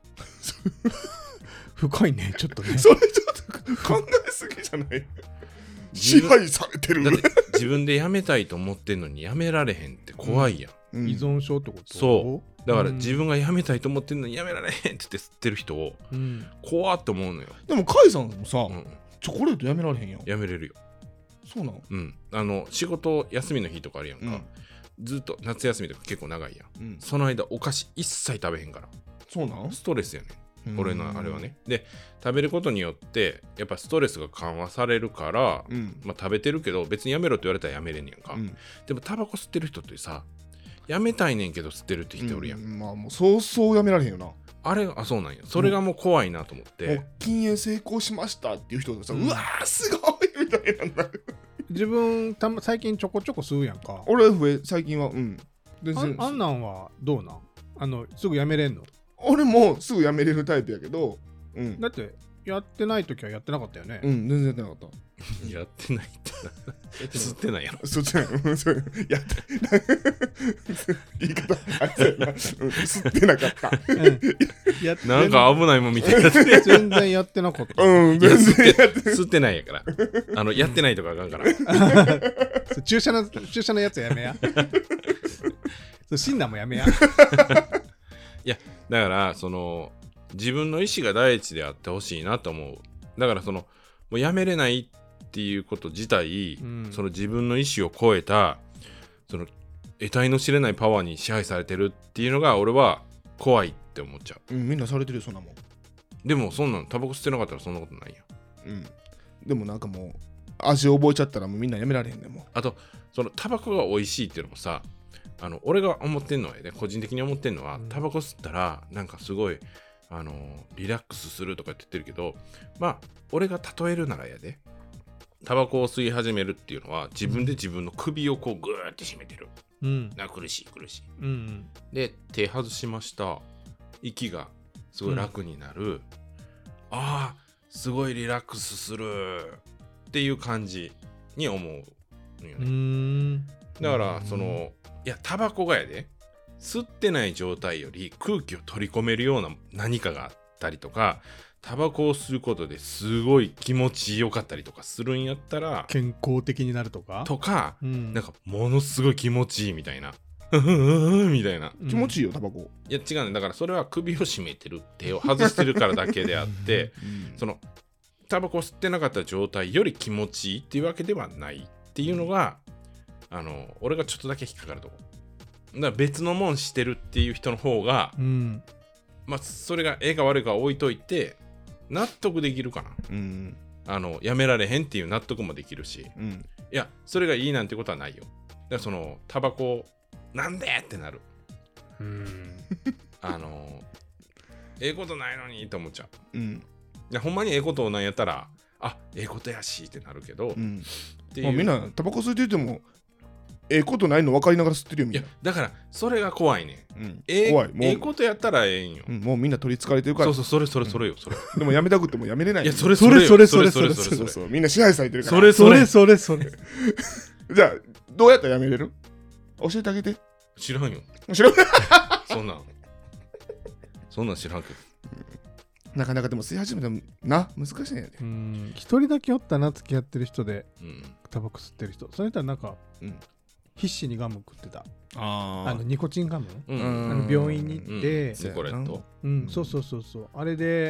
深いねちょっとね。 それちょっと考えすぎじゃない支配されてる。 だって自分でやめたいと思ってんのにやめられへんって怖いやん。 うん依存症ってこと。 そうだからうん自分がやめたいと思ってんのにやめられへんって言って吸ってる人をうん、 怖って思うのよ。 でもカイさんもさ、 うん、 チョコレートやめられへんやん。 やめれるよ。 そうなの。 うん。あの仕事休みの日とかあるやんか。 うんずっと夏休みとか結構長いやん。 うんその間お菓子一切食べへんから。 そうなんストレスやねん。俺のあれは。 うんね。で、食べることによってやっぱストレスが緩和されるから、 うんまあ食べてるけど別にやめろって言われたらやめれんねやんか。 うんでもタバコ吸ってる人ってさ、やめたいねんけど吸ってるって人おるやん。 うんまあもうそうそうやめられへんよな。 あれ、あ、そうなんや。それがもう怖いなと思って。 もう禁煙成功しましたっていう人がさ、 ううんわーすごいみたいなんだ。 自分た、ま、最近ちょこちょこ吸うやんか。 俺は増え最近はうん全あ然あんなんはどうなん？あのすぐやめれんの？ 俺もすぐやめれるタイプやけど、うんだってやってない時はやってなかったよね。 うん全然やってなかった。 やってないってな。吸ってないやろ。 そっちやうんそうやって言い方あれやな、うん吸ってなかった。 うんやってなんか危ないもんみたいになって。 全然やってなかった。 うんいや全然やって吸ってないやから。あの、やってないとかあかんから。 そう注射の注射のやつやめや。そう診断もやめや。 だから、その、自分の意思が第一であってほしいなと思う。だから、その、もうやめれないっていうこと自体、 うんその自分の意思を超えた、その、得体の知れないパワーに支配されてるっていうのが、俺は怖いって思っちゃう。 うんみんなされてるよそんなもん。 でも、そんなん、タバコ吸ってなかったらそんなことないやん。 うんでもなんかもう味覚えちゃったらもうみんなやめられへんねんもあと、そのタバコが美味しいっていうのもさ、あの俺が思ってんのはね、個人的に思ってんのは、 うんタバコ吸ったら、なんかすごい、あのリラックスするとかって言ってるけど、まあ、俺が例えるならやで、タバコを吸い始めるっていうのは、自分で自分の首をこうグーって締めてる。 うんな苦しい苦しい。 うんで、手外しました。息がすごい楽になる。ああ、すごいリラックスするっていう感じに思うのようね。 ん。 だからうんそのいやタバコがやで吸ってない状態より空気を取り込めるような何かがあったりとか、タバコを吸うことですごい気持ちよかったりとかするんやったら健康的になるとか。 とか、 うんなんかものすごい気持ちいいみたいなみたいな。 気持ちいいよタバコ。 いや違うね。だからそれは首を絞めてる、手を外してるからだけであってそのタバコを吸ってなかった状態より気持ちいいっていうわけではないっていうのが、あの俺がちょっとだけ引っかかるとこ。だから別のもんしてるっていう人の方が、 うん。 まあそれがええか悪いかは置いといて納得できるかな。 うんあのやめられへんっていう納得もできるし、 うんいやそれがいいなんてことはないよ。だからそのタバコなんでってなる。 うん。 あのええことないのにって思っちゃう。 うんいやほんまにええことなんやったら、あええことやしってなるけど、っうんていう。 まあみんなタバコ吸いててもええことないの分かりながら吸ってるよみいやんな。 だからそれが怖いねん。 うんええ怖いもうええことやったらええんよ。 うんもうみんな取りつかれてるからそうそうそれそれそれよそれ。 でもやめたくてもやめれないいやそれそれそれそれそれそれそうそれそれそうみんな支配されてるからそれそれそれそれ。 じゃあどうやったらやめれる教えてあげて。 知らんよ。 知らんそんなんそんなん知らんけど。 なかなかでも吸い始めたらな難しいんやで。 うん。一人だけおったな、付き合ってる人でうんタバコ吸ってる人。それとはなんかうん必死にガム食ってた。 ああのニコチンガム。 うんうんあの病院に行って、 セコレット。 うん、そうそうそうそう。あれで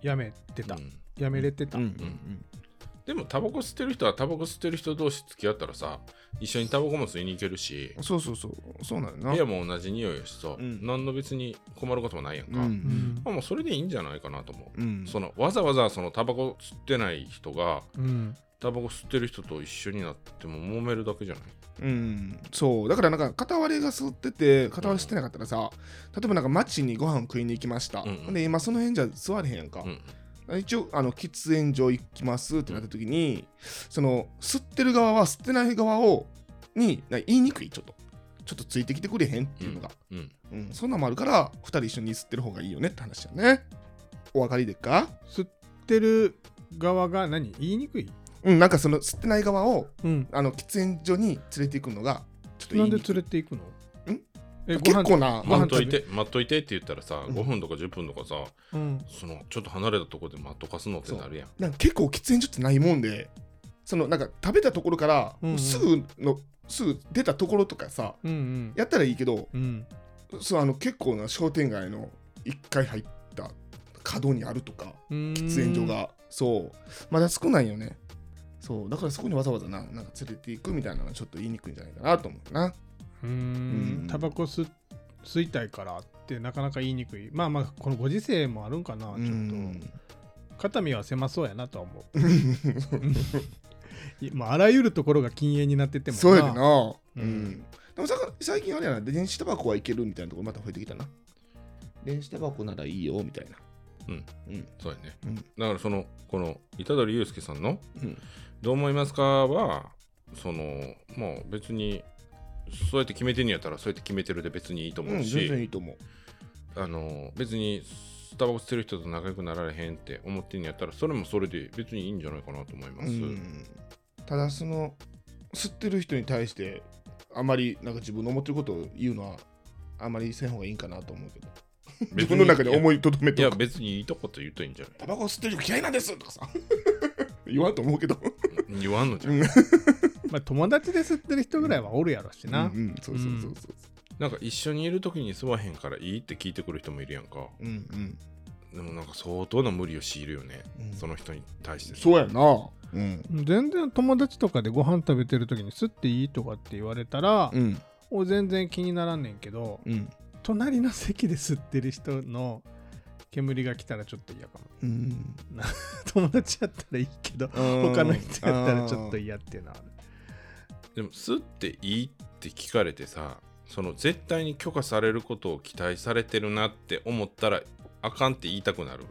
やめてた、 うん、 やめれてた、 うんうんでもタバコ吸ってる人はタバコ吸ってる人同士付き合ったらさ、一緒にタバコも吸いに行けるし、 うん、そうそうそうそうなんだな。 部屋も同じ匂いやしさ、 うん、 何の別に困ることもないやんか、 うんううんんまあ、もうそれでいいんじゃないかなと思う、 うん、 そのわざわざそのタバコ吸ってない人がうんタバコ吸ってる人と一緒になっても揉めるだけじゃない？ うん、そうだからなんか片割れが吸ってて片割れ吸ってなかったらさ、例えばなんか街にご飯食いに行きました、 うんうん、 で今その辺じゃ座れへんやんか、 うん、 一応あの喫煙所行きますってなった時に、その吸ってる側は吸ってない側をに言いにくい、ちょっとちょっとついてきてくれへんっていうのが、 うんうんうん、そんなんもあるからふたり一緒に吸ってる方がいいよねって話やね。お分かりでっか？ 吸ってる側が何言いにくい？ うん、なんかその吸ってない側をうんあの喫煙所に連れて行くのがちょっと言ないんでにくい。 連れて行くの？ んえ結構なご飯待っとい食べて待っといてって言ったらさ、 うんごふんとかじゅっぷんとかさ、 うんそのちょっと離れたところで待っとかすのってなるやん。 なんか結構喫煙所ってないもんで、そのなんか食べたところからうんうんすぐの、すぐ出たところとかさうんうんやったらいいけど、 うんそうあの結構な商店街のいっかい入った角にあるとか喫喫煙所がそうまだ少ないよね。そうだからそこにわざわざななんか連れていくみたいなのはちょっと言いにくいんじゃないかなと思うな。 うーうんんタバコ吸吸いたいからってなかなか言いにくい。まあまあこのご時世もあるんかな。ちょっうんと肩身は狭そうやなとは思う。いまああらゆるところが禁煙になっててもな。 そうやでな。 ううんんでもさ最近あれやな、電子タバコはいけるみたいなところまた増えてきたな。電子タバコならいいよみたいな。 うんうんそうやね。 うんだからそのこの虎杖裕介さんのうんどう思いますかはそのもう別にそうやって決めてんやったらそうやって決めてるで別にいいと思う、 うんし、 全然いいと思う。 あの別にタバコ吸ってる人と仲良くなられへんって思ってんやったらそれもそれで別にいいんじゃないかなと思います。 うんただその吸ってる人に対してあまりなんか自分の思ってることを言うのはあまりせん方がいいんかなと思うけど、自分の中で思いとどめいやておく。 別にいいとこと言うといいんじゃない？ タバコ吸ってる人嫌いなんですとかさ言わんと思うけど言わんのじゃん。 うんまあ友達で吸ってる人ぐらいはおるやろしな。 うんうんそうそうそうそうなんか一緒にいるときに吸わへんからいいって聞いてくる人もいるやんか。 うんうんでもなんか相当な無理を強いるよね、 うんその人に対して。 そうやな。うん全然友達とかでご飯食べてる時に吸っていいとかって言われたら、 うんお全然気にならんねんけど、 うん隣の席で吸ってる人の煙が来たらちょっと嫌かも。 うん友達やったらいいけど他の人やったらちょっと嫌っていうのはある。 でも吸っていいって聞かれてさ、その絶対に許可されることを期待されてるなって思ったらあかんって言いたくなる。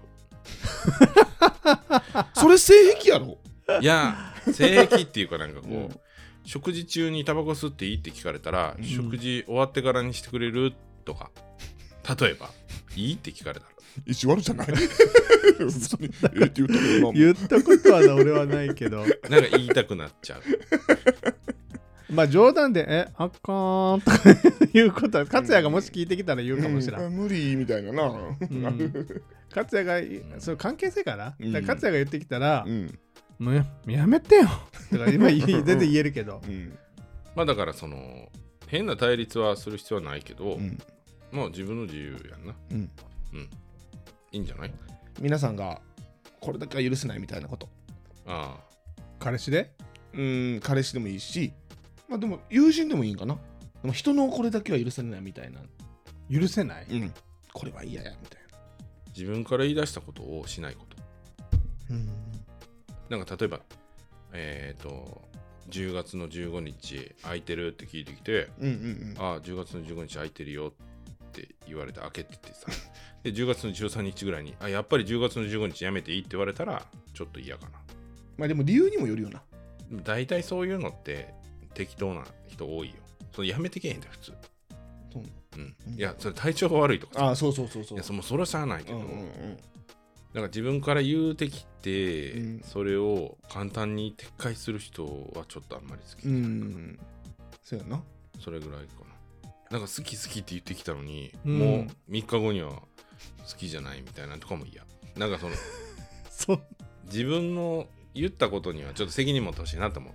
それ性癖やろ。 いや性癖っていうかなんかこう、 うん食事中にタバコ吸っていいって聞かれたら、 うん食事終わってからにしてくれるとか、例えばいいって聞かれたら意地悪じゃない別にええって言ったけどな。 言ったことはな俺はないけどなんか言いたくなっちゃう。 まあ冗談で「えあかーん」とか言うことは勝也がもし聞いてきたら言うかもしれん。 うん無理みたいなな。 うん勝也がいその関係性かな、 うんだから勝也が言ってきたら、 うんもうややめてよとか今言い全然言えるけどうんまあだからその変な対立はする必要はないけど、 うんまあ自分の自由やんな。 うんうん。いいんじゃない？ 皆さんがこれだけは許せないみたいなこと。 あ彼氏でうん彼氏でもいいし、まあでも友人でもいいんかな。でも人のこれだけは許せないみたいな。 許せない、 うんこれは嫌やみたいな。 あ、自分から言い出したことをしないこと。 うんなんか例えば、えっ、と、じゅうがつのじゅうごにち空いてるって聞いてきて、 うんうんああ、じゅうがつのじゅうごにち空いてるよって言われて開けててさ、で、じゅうがつのじゅうさんにちぐらいに、あ、やっぱりじゅうがつのじゅうごにちやめていいって言われたら、ちょっと嫌かな。 まあでも理由にもよるよな。 でも大体そういうのって適当な人多いよ。そのやめてけへんだよ、普通。 そううん。 うんいや、それ体調が悪いとかさ。 ああそうそうそうそう。 いや、そのそれはしゃあないけど、 うんうんうんなんか自分から言うてきて、 うんそれを簡単に撤回する人はちょっとあんまり好きじゃうない、 んそうやな。 それぐらいかな。なんか好き好きって言ってきたのに、 うんもうみっかごには好きじゃないみたいなとかも嫌。なんかそのそ自分の言ったことにはちょっと責任持ってほしいなと思う。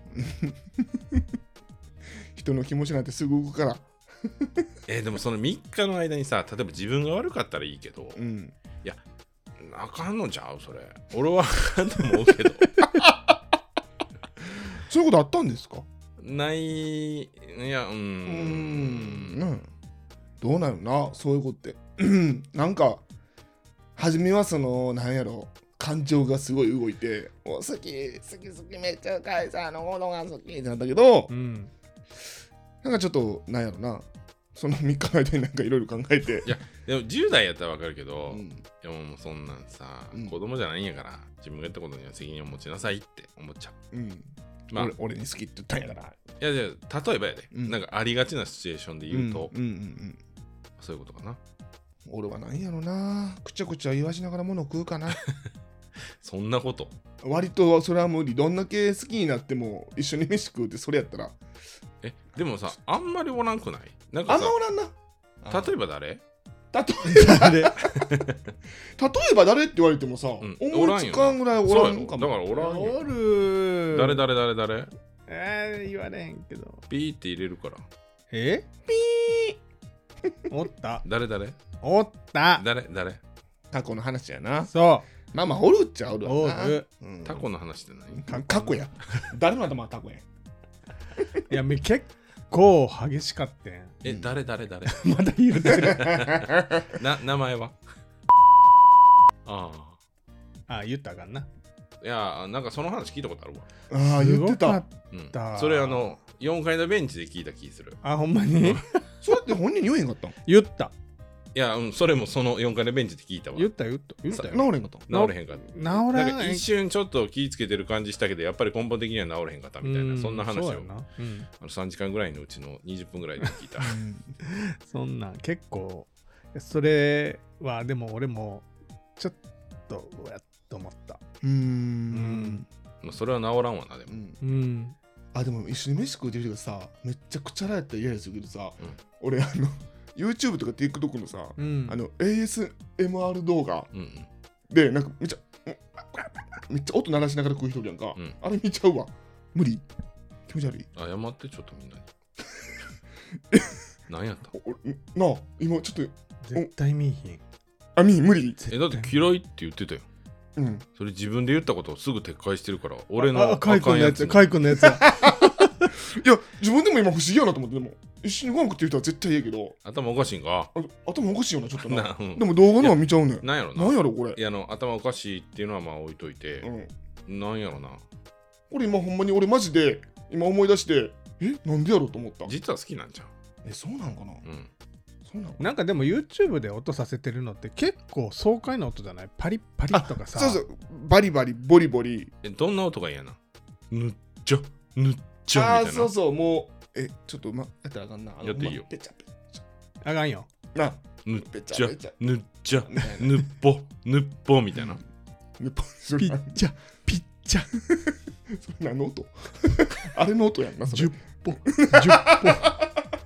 人の気持ちなんてすぐ動くから。 えーでもそのみっかの間にさ、例えば自分が悪かったらいいけど、 うんあかんのちゃうそれ。俺はあかんと思うけど。 そういうことあったんですか？ ないいやうーんうーん、ね、どうなるなそういうことってなんか初めはそのなんやろ感情がすごい動いてお好き好き好きめっちゃカイさんのことが好きってなったけど、 うん、 なんかちょっとなんやろなそのみっかの間になんかいろいろ考えていやでもじゅう代やったらわかるけど、 うん、 でももうそんなんさ、 うん子供じゃないんやから自分がやったことには責任を持ちなさいって思っちゃう。 うんまあ俺俺に好きって言ったんやからいやいや例えばやで、 うんなんかありがちなシチュエーションで言うと、 うんうんうんうん、 そういうことかな。 俺はなんやろなくちゃくちゃ言わしながら物食うかなそんなこと割とそれは無理どんだけ好きになっても一緒に飯食うってそれやったらえでもさあんまりおらんくない？なんかさあんまおらんな例えば誰？ 例えば誰例えば誰って言われてもさ、 うん思いつかんぐらいおらんかも。 だからおらんよ。 おる誰誰誰誰？ えー、言われへんけどピーって入れるから。 えピーおった誰誰？ おった誰誰？ タコの話やな。 そまあまあおるっちゃおるわな。 おるうんタコの話って何？ タコや。誰の頭はタコや。 ういやめ結構激しかったんえ、 うん誰誰誰？ まだ言うてるな名前は？ああ。 あ言ったらあかんな。 いやなんかその話聞いたことあるわ。 ああ言って。 すごかったうんだ。 それあのよんかいのベンチで聞いた気する。 あほんまにそれって本人に言えへんかったん？ 言ったいやうんそれもそのよんかいのベンチで聞いたわ。 言った言った言った治よれへんかったん？ 治れへんかった。 治らなんかない一瞬ちょっと気ぃつけてる感じしたけどやっぱり根本的には治れへんかったみたいなそんな話をそうやな、うん、 あのさんじかんぐらいのうちのにじゅっぷんぐらいで聞いた。 そんなん結構それはでも俺もちょっとうやっと思った。 うーん。 まあそれは治らんわなでも。 うんうんあでも一緒に飯食うてる人がさめっちゃくちゃらやったら嫌やするけどさ、 うん俺あの YouTube とか TikTok のさ、 うんあの エーエスエムアール 動画うんうん。 でなんかめっちゃめっちゃ音鳴らしながら食う人おるやんか、 うんあれ見ちゃうわ無理気持ち悪い謝ってちょっとみんなに。何やった？ おおなあ今ちょっと絶対見えへん。 あみ無理えだって嫌いって言ってたよ。 うんそれ自分で言ったことをすぐ撤回してるから俺のああカイ君のやつかんやつもカイ君のやつやいや自分でも今不思議やなと思ってでも一緒にご飯食ってる人は絶対いいけど頭おかしいんか？ あ頭おかしいよなちょっとななうんでも動画のは見ちゃうねんなんやろな。 なんやろこれいやあの頭おかしいっていうのはまあ置いといて、 うんなんやろな。 俺今ほんまに俺マジで今思い出してえなんでやろうと思った実は好きなんじゃん。 えそうなんかなうん。 そうなんかななんかでも YouTube で音させてるのって結構爽快な音じゃない？パリッパリッとかさ。 そうそうバリバリボリボリえどんな音が嫌な？ぬっちょぬっちょみたいな。 ああそうそうもうえちょっとまやったらあかんなあのやっていいよほんまペチャペチあかんよ。 ャなぬっペチちゃャペチャぬっちゃみたいなぬっぽぬっぽみたいな。 ねポそれピッチャピッチャそれ何の音あれの音やんなそれじゅっぽじゅっぽ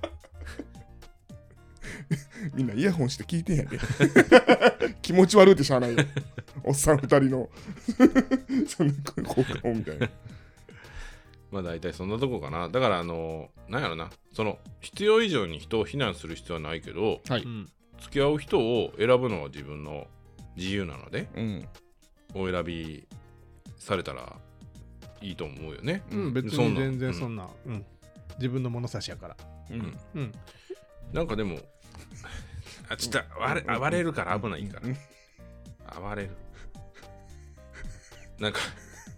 みんなイヤホンして聞いてんやで気持ち悪いってしゃあないよおっさん二人のそんな効果音みたいなまあ大体そんなとこかな。だからあのなんやろな。その必要以上に人を非難する必要はないけど、 はいうん付き合う人を選ぶのは自分の自由なので、 うんお選びされたらいいと思うよね。 うん、別そんなに全然うんそんな、うん、自分の物差しやから。 うんうん。 なんかでも、あ、ちょっと割れ暴れるから危ないから。 うん暴れる。なんか、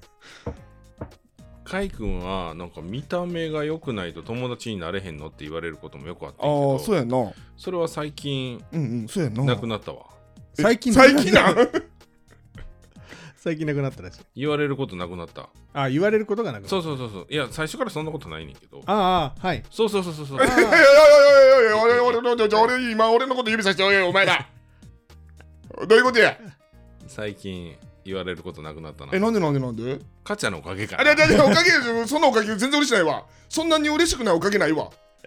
カイ君はなんか見た目が良くないと友達になれへんのって言われることもよくあってんけあど、 あそうやんなそれは最近うんうんそうやんななくなったわ。 え最近最近なん最近なくなったらしい。 言われることなくなった。 あ、言われることがなくなった。 そうそうそうそう。いや、最初からそんなことないねんけど。 ああ、はい。 そうそうそうそうそう。 いやいやいやいやいや俺俺俺俺俺今俺のこと指さしておいお前だどういうことや最近言われることなくなったな。 えなんでなんでなんでカチャのおかげかあな。 れれれおかげでそんなおかげ全然嬉しないわそんなに嬉しくないおかげないわ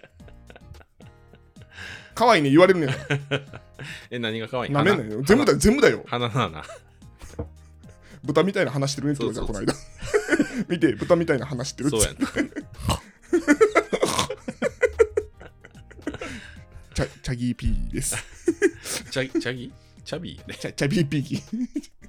可愛いね言われるねんえ、何が可愛いなめんなよ全部だよ全部だよ鼻の穴。 豚みたいな話してるねって言われたこの間見て豚みたいな話してるってそうやんな。 チャチャギーピーですチャチャギチャビーやね。 チャチャビーピーキ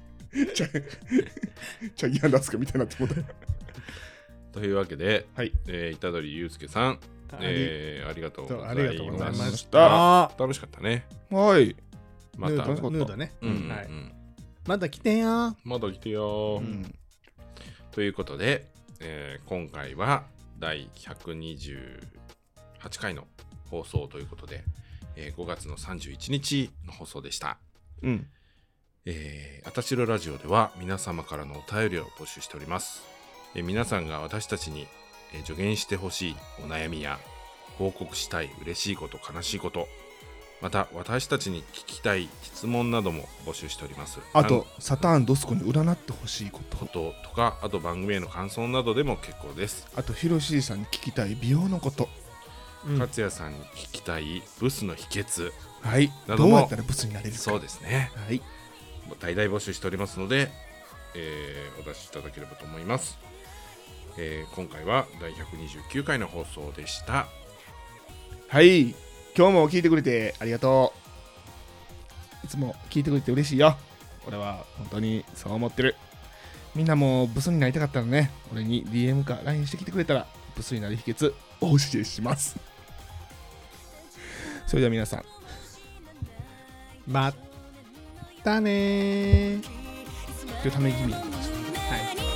ちゃちゃ嫌なんすかみたいになってもうた。 というわけで、 はい、 えー、虎杖祐介さん、えー、ありがとうござありがとういまございまし。 したた。 あ楽しかったね。 はい。 また、 ヌード楽しかったヌードね。 うんうんうんはいまだ来てよ。 まだ来てよー、 うんということで、えー今回はだいひゃくにじゅうはちかいの放送ということで、えーごがつのさんじゅういちにちの放送でした。 うんえー、あたしろラジオでは皆様からのお便りを募集しております。えー皆さんが私たちに、えー助言してほしいお悩みや報告したい嬉しいこと悲しいこと、また私たちに聞きたい質問なども募集しております。 あとサターンドスコに占ってほしいことこととか、あと番組への感想などでも結構です。 あとヒロシーさんに聞きたい美容のことうん勝也さんに聞きたいブスの秘訣、 はいなどもどうやったらブスになれるかそうですね、 はい大々募集しておりますので、えーお出しいただければと思います。えー今回はだいひゃくにじゅうきゅうかいの放送でした。 はい今日も聞いてくれてありがとう。いつも聞いてくれて嬉しいよ。俺は本当にそう思ってる。みんなもブスになりたかったらね、俺に ディーエム か ライン してきてくれたらブスになる秘訣お教えします。それでは皆さんまったねー。 今日ため気味になってました。 はい。